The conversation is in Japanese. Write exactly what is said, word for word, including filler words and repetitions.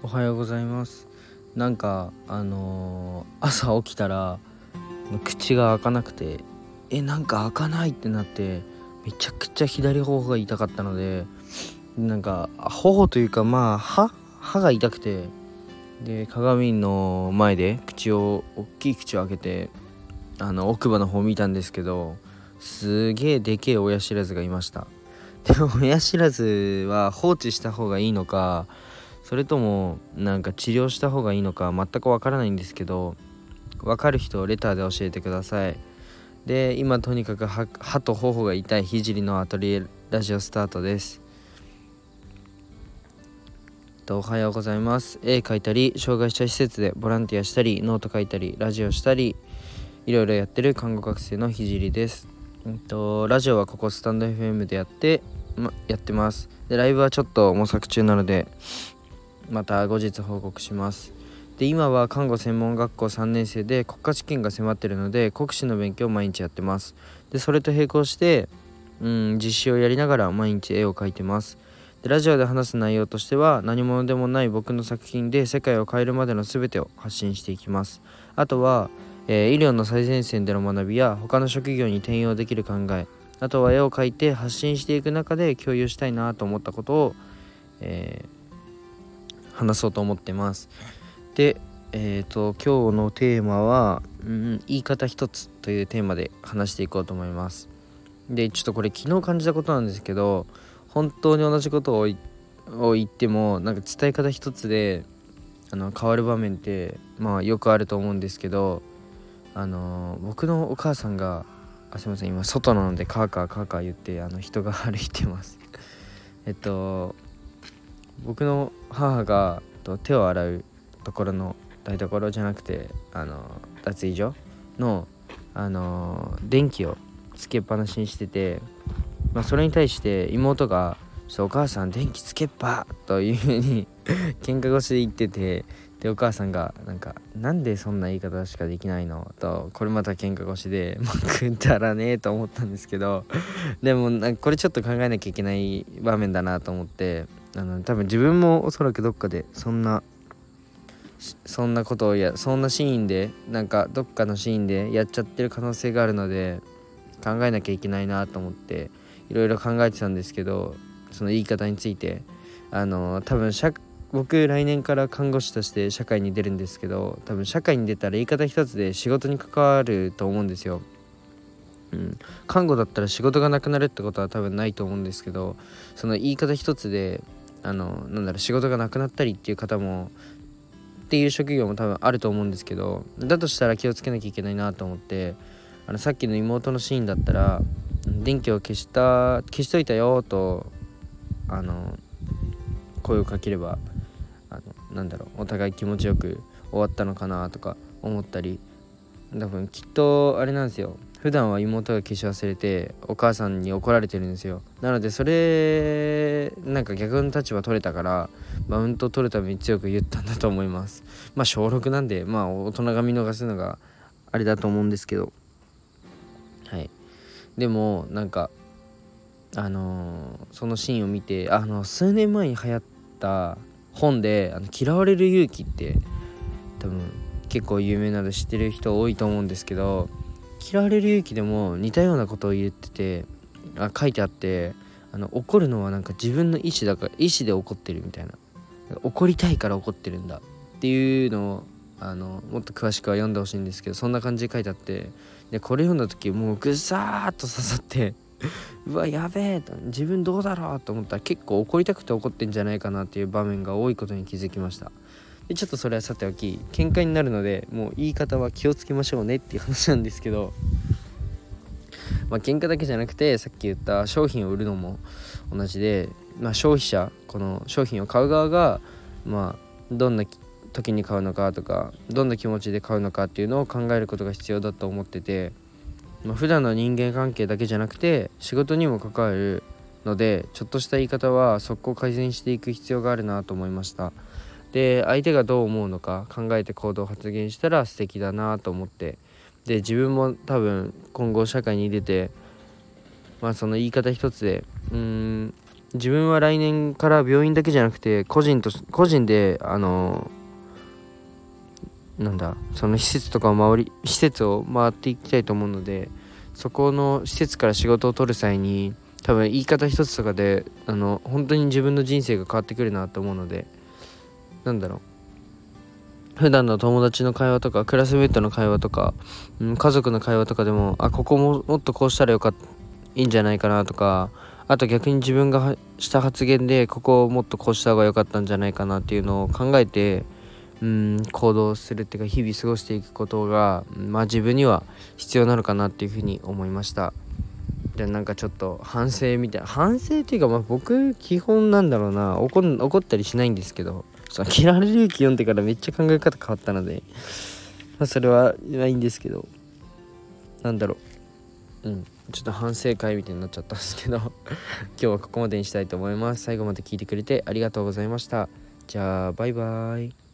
はようございます。なんかあのー朝起きたら口が開かなくてえなんか開かないってなって、めちゃくちゃ左頬が痛かったので、なんか頬というかまあ歯歯が痛くて、で鏡の前で口を大きい口を開けてあの奥歯の方見たんですけど、すげえでけえ親知らずがいました。でも親知らずは放置した方がいいのか、それともなんか治療した方がいいのか全くわからないんですけど、わかる人レターで教えてください。で今とにかく 歯, 歯と頬が痛いひじりのアトリエラジオスタートです。おはようございます。絵描いたり障害者施設でボランティアしたりノート書いたりラジオしたりいろいろやってる看護学生のひじりです。えっとラジオはここスタンド エフエム でやって、ま、やってます。でライブはちょっと模索中なのでまた後日報告します。で今は看護専門学校さんねん生で国家試験が迫っているので国試の勉強を毎日やってます。でそれと並行してうん実習をやりながら毎日絵を描いてます。でラジオで話す内容としては何者でもない僕の作品で世界を変えるまでの全てを発信していきます。あとは、えー、医療の最前線での学びや他の職業に転用できる考え、あとは絵を描いて発信していく中で共有したいなと思ったことを、えー、話そうと思ってます。で、えーと今日のテーマは、うん、言い方一つというテーマで話していこうと思います。でちょっとこれ昨日感じたことなんですけど、本当に同じことをを言ってもなんか伝え方一つであの変わる場面ってまあよくあると思うんですけど、あの僕のお母さんがあすみません今外なのでカーカーカーカー言ってあの人が歩いてますえっと僕の母がと手を洗うところの台所じゃなくてあの脱衣所のあの電気をつけっぱなしにしてて、まあ、それに対して妹がお母さん電気つけっぱという風に喧嘩腰で言ってて、でお母さんがなんかなんでそんな言い方しかできないのと、これまた喧嘩腰でまあくだらねえと思ったんですけど、でもなんかこれちょっと考えなきゃいけない場面だなと思って、あの多分自分もおそらくどっかでそんなそんなことをやそんなシーンでなんかどっかのシーンでやっちゃってる可能性があるので考えなきゃいけないなと思っていろいろ考えてたんですけど、その言い方についてあの多分社僕来年から看護師として社会に出るんですけど、多分社会に出たら言い方一つで仕事に関わると思うんですよ。うん、看護だったら仕事がなくなるってことは多分ないと思うんですけど、その言い方一つであのなんだろう仕事がなくなったりっていう方もっていう職業も多分あると思うんですけど、だとしたら気をつけなきゃいけないなと思って、あのさっきの妹のシーンだったら電気を消した消しといたよとあの声をかければあのなんだろうお互い気持ちよく終わったのかなとか思ったり、多分きっとあれなんですよ、普段は妹が消し忘れてお母さんに怒られてるんですよ。なのでそれなんか逆の立場取れたからマウントを取るために強く言ったんだと思います。まあ小ろくなんでまあ大人が見逃すのがあれだと思うんですけど、はい。でもなんかあのー、そのシーンを見てあの数年前に流行った本であの嫌われる勇気って多分結構有名なの知ってる人多いと思うんですけど、嫌われる勇気でも似たようなことを言っててあ書いてあって、あの怒るのはなんか自分の意思だから意思で怒ってるみたいな、怒りたいから怒ってるんだっていうのをあのもっと詳しくは読んでほしいんですけど、そんな感じで書いてあって、でこれ読んだ時もうぐさーっと刺さってうわやべえと自分どうだろうと思ったら結構怒りたくて怒ってんじゃないかなっていう場面が多いことに気づきました。でちょっとそれはさておき喧嘩になるのでもう言い方は気をつけましょうねっていう話なんですけど、まあ喧嘩だけじゃなくてさっき言った商品を売るのも同じで、まあ、消費者この商品を買う側がまあどんな時に買うのかとかどんな気持ちで買うのかっていうのを考えることが必要だと思ってて、まあ、普段の人間関係だけじゃなくて仕事にも関わるのでちょっとした言い方は速攻改善していく必要があるなと思いました。で相手がどう思うのか考えて行動発言したら素敵だなと思って、で自分も多分今後社会に出てまあその言い方一つでうーん自分は来年から病院だけじゃなくて個人と個人であのなんだその施設とかを回り施設を回っていきたいと思うので、そこの施設から仕事を取る際に多分言い方一つとかであの本当に自分の人生が変わってくるなと思うので、なんだろう普段の友達の会話とかクラスメートの会話とか、うん、家族の会話とかでもあここももっとこうしたらよかったいいんじゃないかなとか、あと逆に自分がした発言でここをもっとこうした方が良かったんじゃないかなっていうのを考えてうん行動するっていうか日々過ごしていくことが、まあ自分には必要なのかなっていうふうに思いました。でなんかちょっと反省みたいな反省っていうか、まあ僕基本なんだろうな怒ん怒ったりしないんですけど、その嫌われる勇気読んでからめっちゃ考え方変わったので、まあ、それはいいんですけど、なんだろううんちょっと反省会みたいになっちゃったんですけど今日はここまでにしたいと思います。最後まで聞いてくれてありがとうございました。じゃあバイバーイ。